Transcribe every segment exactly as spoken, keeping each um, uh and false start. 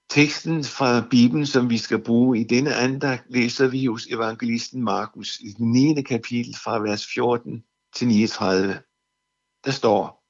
Teksten fra Bibelen, som vi skal bruge i denne andagt, læser vi hos evangelisten Markus i det niende kapitel fra vers fjorten til niogtredive. Der står: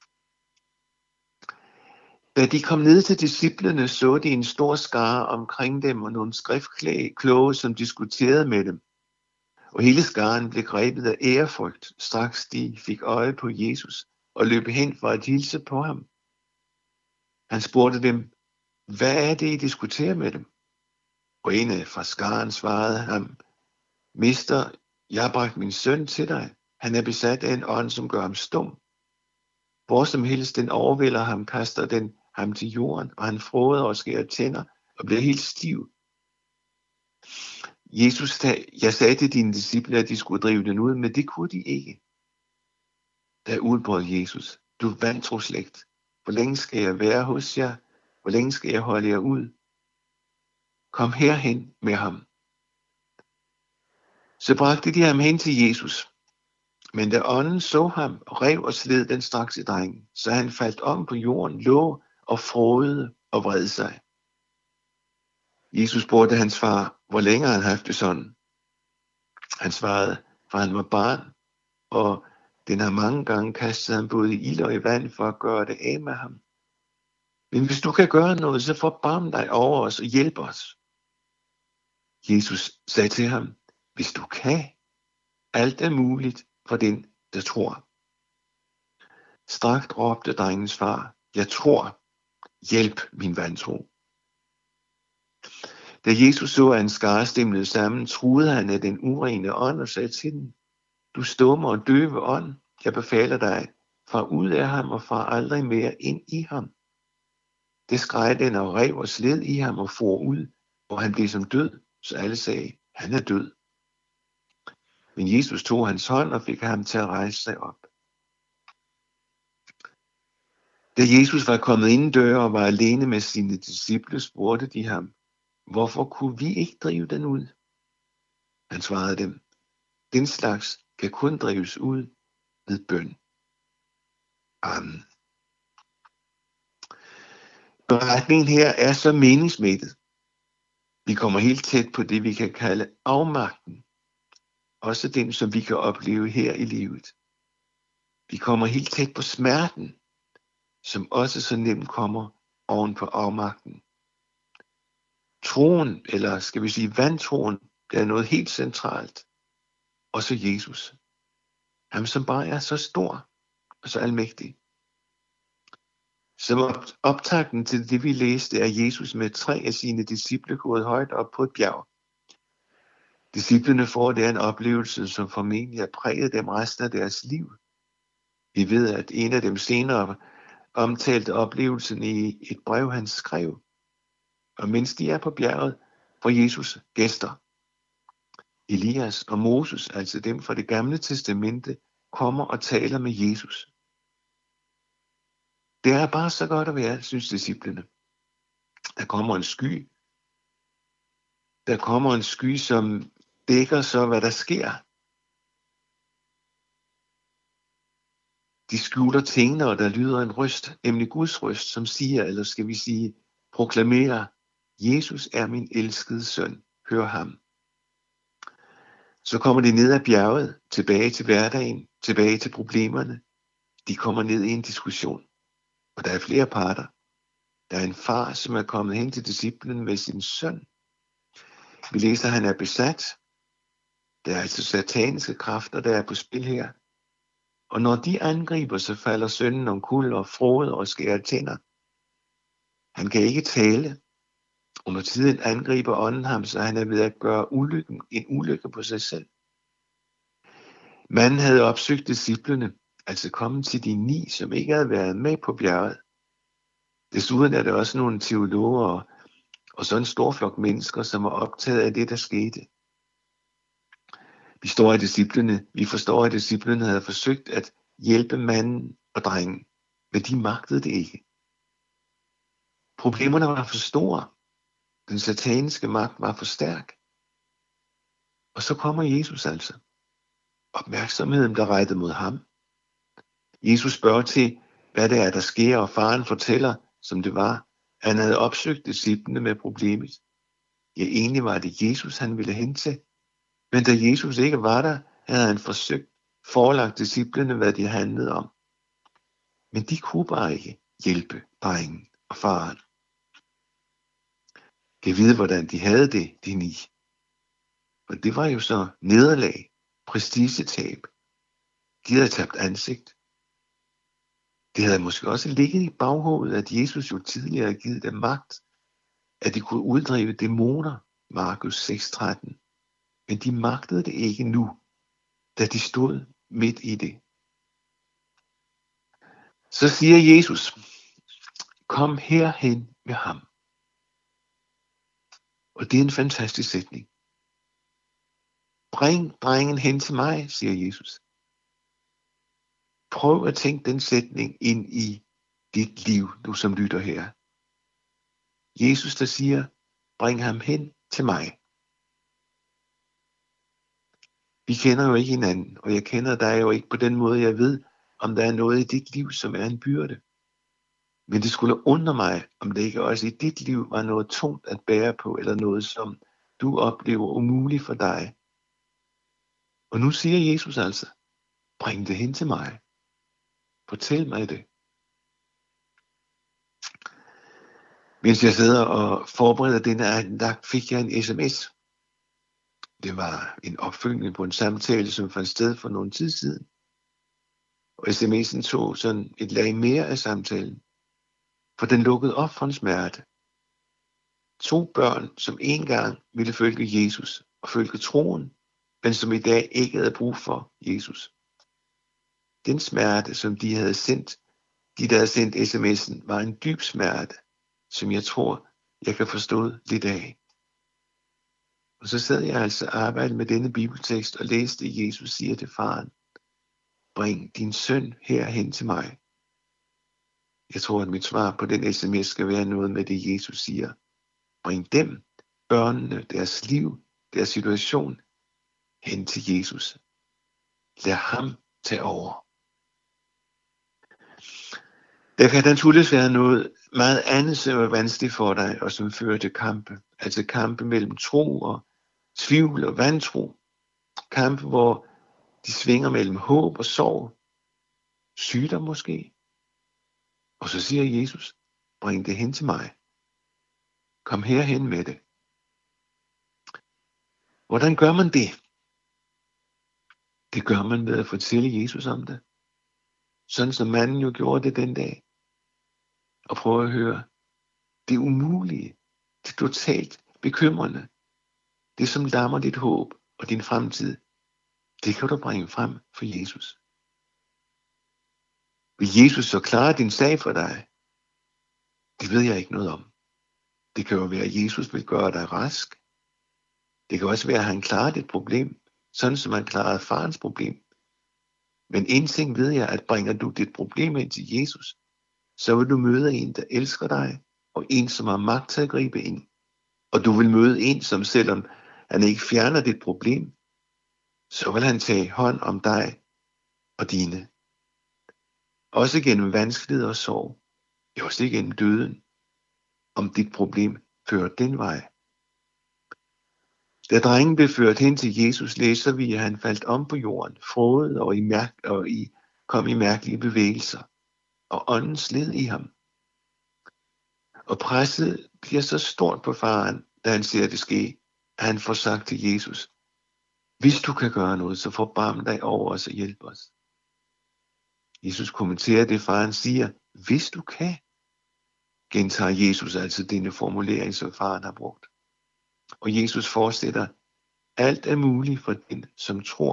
Da de kom ned til disciplene, så de en stor skare omkring dem og nogle skriftkloge, som diskuterede med dem. Og hele skaren blev grebet af ærefrygt, straks de fik øje på Jesus og løb hen for at hilse på ham. Han spurgte dem: Hvad er det, I diskuterer med dem? Og en fra skaren svarede ham: Mester, jeg har bragt min søn til dig. Han er besat af en ånd, som gør ham stum. Hvor som helst den overvælder ham, kaster den ham til jorden, og han fråder og skærer tænder og bliver helt stiv. Jesus, jeg sagde til dine disciple, at de skulle drive den ud, men det kunne de ikke. Der udbrød Jesus: Du vantro slægt, hvor længe skal jeg være hos jer? Hvor længe skal jeg holde jer ud? Kom herhen med ham. Så bragte de ham hen til Jesus. Men da ånden så ham, rev og sled den straks i drengen, så han faldt om på jorden, lå og frådede og vred sig. Jesus spurgte hans far, hvor længe han haft det sådan. Han svarede: For han var barn, og den har mange gange kastet ham både i ild og i vand for at gøre det af med ham. Men hvis du kan gøre noget, så forbarm dig over os og hjælp os. Jesus sagde til ham: Hvis du kan, alt er muligt for den, der tror. Straks råbte drengens far: Jeg tror, hjælp min vantro. Da Jesus så, at en skare stemlede sammen, truede han af den urene ånd og sagde til den: Du stumme og døve ånd, jeg befaler dig, fra ud af ham og fra aldrig mere ind i ham. Det skreg den og rev og sled i ham og for ud, hvor han blev som død, så alle sagde: Han er død. Men Jesus tog hans hånd og fik ham til at rejse sig op. Da Jesus var kommet indendør og var alene med sine disciple, spurgte de ham: Hvorfor kunne vi ikke drive den ud? Han svarede dem: Den slags kan kun drives ud ved bøn. Amen. Beretningen her er så meningsmættet. Vi kommer helt tæt på det, vi kan kalde afmagten. Også den, som vi kan opleve her i livet. Vi kommer helt tæt på smerten, som også så nemt kommer oven på afmagten. Troen, eller skal vi sige vantroen, det er noget helt centralt. Og så Jesus. Ham, som bare er så stor og så almægtig. Som optakten til det, vi læste, er Jesus med tre af sine disciple gået højt op på et bjerg. Disciplene får der en oplevelse, som formentlig har præget dem resten af deres liv. Vi ved, at en af dem senere omtalte oplevelsen i et brev, han skrev. Og mens de er på bjerget, får Jesus gæster. Elias og Moses, altså dem fra det gamle testamente, kommer og taler med Jesus. Det er bare så godt at være, synes disciplene. Der kommer en sky. Der kommer en sky, som dækker så, hvad der sker. De skjuler tingene, og der lyder en røst, nemlig Guds røst, som siger, eller skal vi sige, proklamerer: Jesus er min elskede søn, hør ham. Så kommer de ned ad bjerget, tilbage til hverdagen, tilbage til problemerne. De kommer ned i en diskussion, og der er flere parter. Der er en far, som er kommet hen til disciplen med sin søn. Vi læser, at han er besat. Der er altså sataniske kræfter, der er på spil her. Og når de angriber, så falder sønnen omkuld og fråder og skærer tænder. Han kan ikke tale. Under tiden angriber ånden ham, så han er ved at gøre ulykken, en ulykke på sig selv. Manden havde opsøgt disciplene, altså kommet til de ni, som ikke havde været med på bjerget. Desuden er der også nogle teologer og, og så en stor flok mennesker, som var optaget af det, der skete. Vi står af disciplene, vi forstår, at disciplene havde forsøgt at hjælpe manden og drengen, men de magtede det ikke. Problemerne var for store. Den sataniske magt var for stærk. Og så kommer Jesus altså. Opmærksomheden der rettet mod ham. Jesus spørger til, hvad det er, der sker, og faren fortæller, som det var. Han havde opsøgt disciplene med problemet. Ja, egentlig var det Jesus, han ville hen til. Men da Jesus ikke var der, havde han forsøgt forelagt disciplene, hvad de handlede om. Men de kunne bare ikke hjælpe drengen og faren. Kan vide, hvordan de havde det, de ni. For det var jo så nederlag, prestigetab. De havde tabt ansigt. Det havde måske også ligget i baghovedet, at Jesus jo tidligere havde givet dem magt, at de kunne uddrive dæmoner, Markus seks tretten. Men de magtede det ikke nu, da de stod midt i det. Så siger Jesus, kom herhen med ham. Og det er en fantastisk sætning. Bring drengen hen til mig, siger Jesus. Prøv at tænke den sætning ind i dit liv, du som lytter her. Jesus, der siger, bring ham hen til mig. Vi kender jo ikke hinanden, og jeg kender dig jo ikke på den måde, jeg ved, om der er noget i dit liv, som er en byrde. Men det skulle undre mig, om det ikke også i dit liv var noget tungt at bære på, eller noget, som du oplever umuligt for dig. Og nu siger Jesus altså, bring det hen til mig. Fortæl mig det. Mens jeg sidder og forbereder denne andagt, fik jeg en sms. Det var en opfølgning på en samtale, som fandt sted for nogle tid siden. Og sms'en tog sådan et lag mere af samtalen. For den lukkede op for en smerte. To børn, som engang ville følge Jesus og følge troen, men som i dag ikke havde brug for Jesus. Den smerte, som de havde sendt, de der havde sendt sms'en, var en dyb smerte, som jeg tror, jeg kan forstå lidt af. Og så sad jeg altså og arbejdede med denne bibeltekst og læste, Jesus siger til faren, bring din søn herhen til mig. Jeg tror, at mit svar på den sms skal være noget med det, Jesus siger. Bring dem, børnene, deres liv, deres situation, hen til Jesus. Lad ham tage over. Der kan naturligvis være noget meget andet, som er vanskeligt for dig, og som fører til kampe. Altså kampe mellem tro og tvivl og vantro. Kampe, hvor de svinger mellem håb og sorg. Sygdom måske. Og så siger Jesus, bring det hen til mig. Kom herhen med det. Hvordan gør man det? Det gør man ved at fortælle Jesus om det. Sådan som manden jo gjorde det den dag. Og prøve at høre det umulige, det totalt bekymrende, det som lammer dit håb og din fremtid, det kan du bringe frem for Jesus. Vil Jesus så klare din sag for dig? Det ved jeg ikke noget om. Det kan jo være, at Jesus vil gøre dig rask. Det kan også være, at han klarer dit problem, sådan som han klarede farens problem. Men en ting ved jeg, at bringer du dit problem ind til Jesus, så vil du møde en, der elsker dig, og en, som har magt til at gribe ind. Og du vil møde en, som selvom han ikke fjerner dit problem, så vil han tage hånd om dig og dine. Også gennem vanskelighed og sorg, også gennem døden, om dit problem fører den vej. Da drengen blev ført hen til Jesus, læser vi, at han faldt om på jorden, frået og, i mærk- og i, kom i mærkelige bevægelser, og ånden sled i ham. Og presset bliver så stort på faren, da han ser det ske, at han får sagt til Jesus, hvis du kan gøre noget, så forbarm dig over os og hjælp os. Jesus kommenterer det, faren siger, hvis du kan, gentager Jesus altså denne formulering, som faren har brugt. Og Jesus fortsætter, alt er muligt for den, som tror.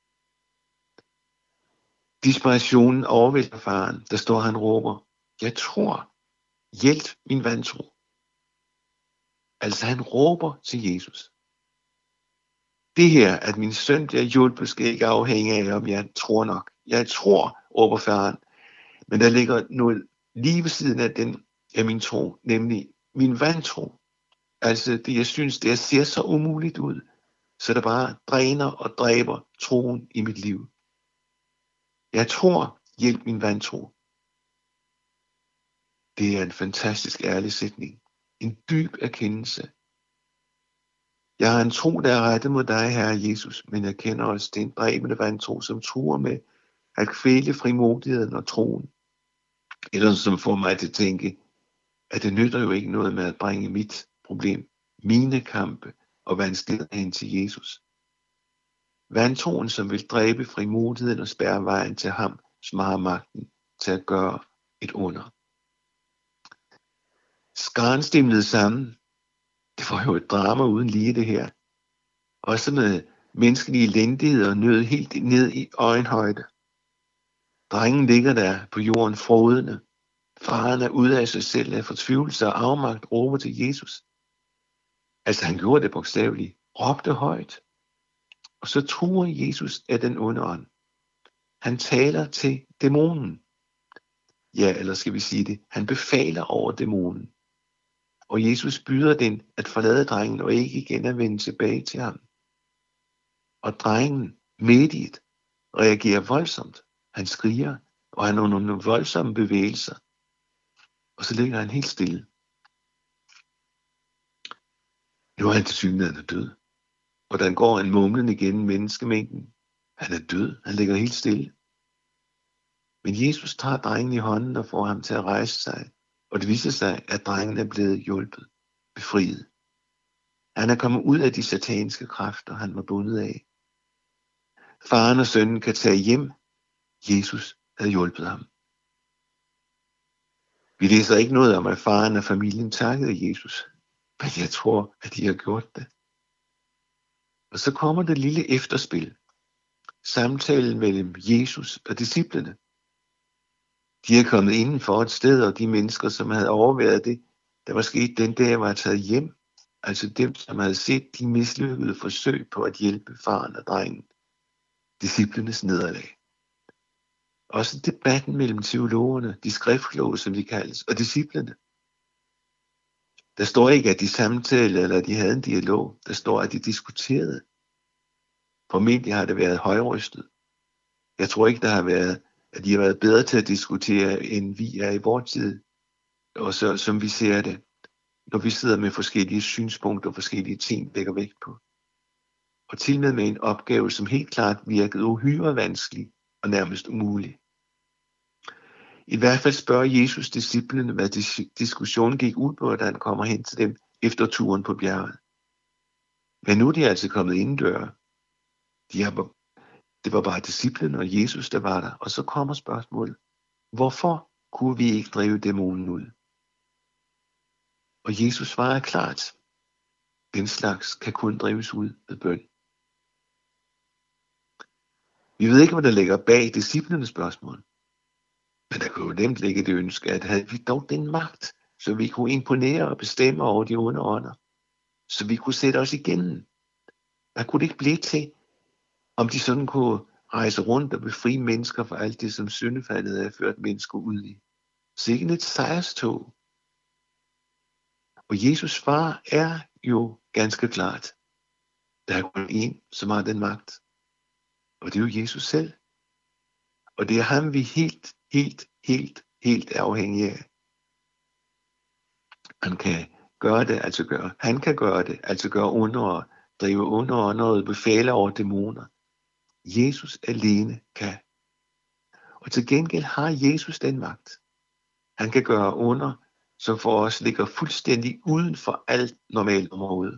Desperationen overvælder faren, der står han råber, jeg tror, hjælp min vantro. Altså han råber til Jesus. Det her, at min søn bliver hjulpet, skal ikke afhænge af, om jeg tror nok. Jeg tror, råber faren. Men der ligger noget lige ved siden af den af min tro, nemlig min vantro. Altså det, jeg synes, det ser så umuligt ud, så det bare dræner og dræber troen i mit liv. Jeg tror, hjælp min vantro. Det er en fantastisk ærlig sætning. En dyb erkendelse. Jeg har en tro, der er rettet mod dig, Herre Jesus, men jeg kender også den dræbende vantro, som truer med at kvæle frimodigheden og troen. Eller som får mig til at tænke, at det nytter jo ikke noget med at bringe mit problem, mine kampe og vanskeligheder hen til Jesus. Vantroen, som vil dræbe frimodigheden og spærre vejen til ham, som har magten til at gøre et under. Skaren stimlede sammen. Det var jo et drama uden lige det her. Også med menneskelig elendighed og nød helt ned i øjenhøjde. Drengen ligger der på jorden frådende. Faren er ude af sig selv af fortvivlelse og afmagt, råber til Jesus. Altså han gjorde det bogstaveligt. Råbte højt. Og så truer Jesus af den onde ånd. Han taler til dæmonen. Ja, eller skal vi sige det, han befaler over dæmonen. Og Jesus byder den at forlade drengen og ikke igen at vende tilbage til ham. Og drengen, medit, reagerer voldsomt. Han skriger, og han har nogle voldsomme bevægelser. Og så ligger han helt stille. Nu er han til synligheden død. Og der går en mumlen igen menneskemængden. Han er død. Han ligger helt stille. Men Jesus tager drengen i hånden og får ham til at rejse sig. Og det viser sig, at drengen er blevet hjulpet, befriet. Han er kommet ud af de sataniske kræfter, han var bundet af. Faren og sønnen kan tage hjem. Jesus havde hjulpet ham. Vi læser ikke noget om, at faren og familien takkede Jesus. Men jeg tror, at de har gjort det. Og så kommer det lille efterspil. Samtalen mellem Jesus og disciplene. De er kommet inden for et sted, og de mennesker, som havde overværet det, der var sket den dag, var taget hjem. Altså dem, som havde set de mislykkede forsøg på at hjælpe faren og drengen. Disciplenes nederlag. Også debatten mellem teologerne, de skriftkloge, som de kaldes, og disciplene. Der står ikke, at de samtalte, eller at de havde en dialog. Der står, at de diskuterede. Formentlig har det været højrystet. Jeg tror ikke, der har været, at de har været bedre til at diskutere, end vi er i vores tid. Og så, som vi ser det, når vi sidder med forskellige synspunkter og forskellige ting, lægger vægt på. Og til med med en opgave, som helt klart virkede uhyre vanskelig og nærmest umulig. I hvert fald spørger Jesus disciplene, hvad diskussionen gik ud på, da han kommer hen til dem efter turen på bjerget. Men nu er de altså kommet indendør. De har, det var bare disciplene og Jesus, der var der. Og så kommer spørgsmålet, hvorfor kunne vi ikke drive dæmonen ud? Og Jesus svarer klart, den slags kan kun drives ud ved bøn. Vi ved ikke, hvad der ligger bag disciplenes spørgsmål. Men der kunne jo nemt ligge det ønske, at havde vi dog den magt, så vi kunne imponere og bestemme over de onde ånder, så vi kunne sætte os igennem. Hvad kunne det ikke blive til, om de sådan kunne rejse rundt og befri mennesker for alt det, som syndefaldet havde ført mennesker ud i? Sikke et sejrstog. Og Jesus far er jo ganske klart. Der er kun en, som har den magt. Og det er jo Jesus selv. Og det er ham, vi helt, helt, helt, helt er afhængige af. Han kan gøre det, altså gøre. Han kan gøre det, altså gøre under, drive under og befale over dæmoner. Jesus alene kan. Og til gengæld har Jesus den magt. Han kan gøre under, som for os ligger fuldstændig uden for alt normalt område.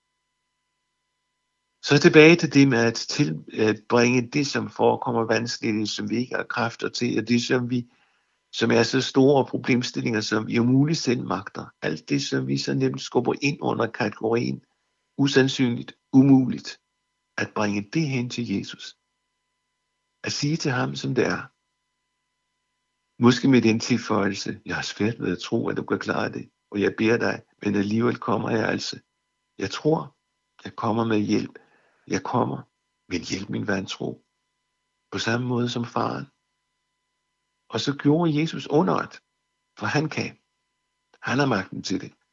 Så tilbage til det med at tilbringe det, som forekommer vanskeligt, som vi ikke har kræfter til, og det, som vi, som er så store problemstillinger, som vi umuligt selv magter. Alt det, som vi så nemt skubber ind under kategorien usandsynligt, umuligt, at bringe det hen til Jesus. At sige til ham, som det er. Måske med den tilføjelse, jeg har svært ved at tro, at du kan klare det, og jeg beder dig, men alligevel kommer jeg altså. Jeg tror, jeg kommer med hjælp. Jeg kommer, men hjælp min vantro. På samme måde som faren. Og så gjorde Jesus underet, for han kan. Han har magten til det.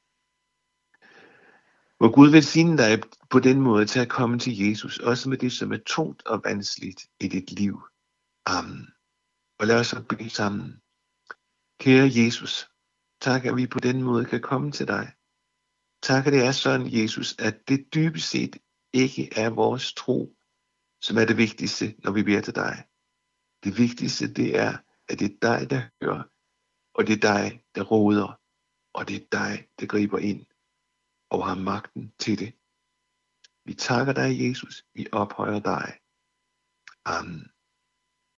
Må Gud velsigne dig på den måde til at komme til Jesus, også med det, som er tungt og vanskeligt i dit liv. Amen. Og lad os så bede sammen. Kære Jesus, Tak, at vi på den måde kan komme til dig. Tak, at det er sådan, Jesus, at det dybest set ikke er vores tro, som er det vigtigste, når vi beder til dig. Det vigtigste, det er, at det er dig, der hører, og det er dig, der råder, og det er dig, der griber ind og har magten til det. Vi takker dig, Jesus. Vi ophøjer dig. Amen.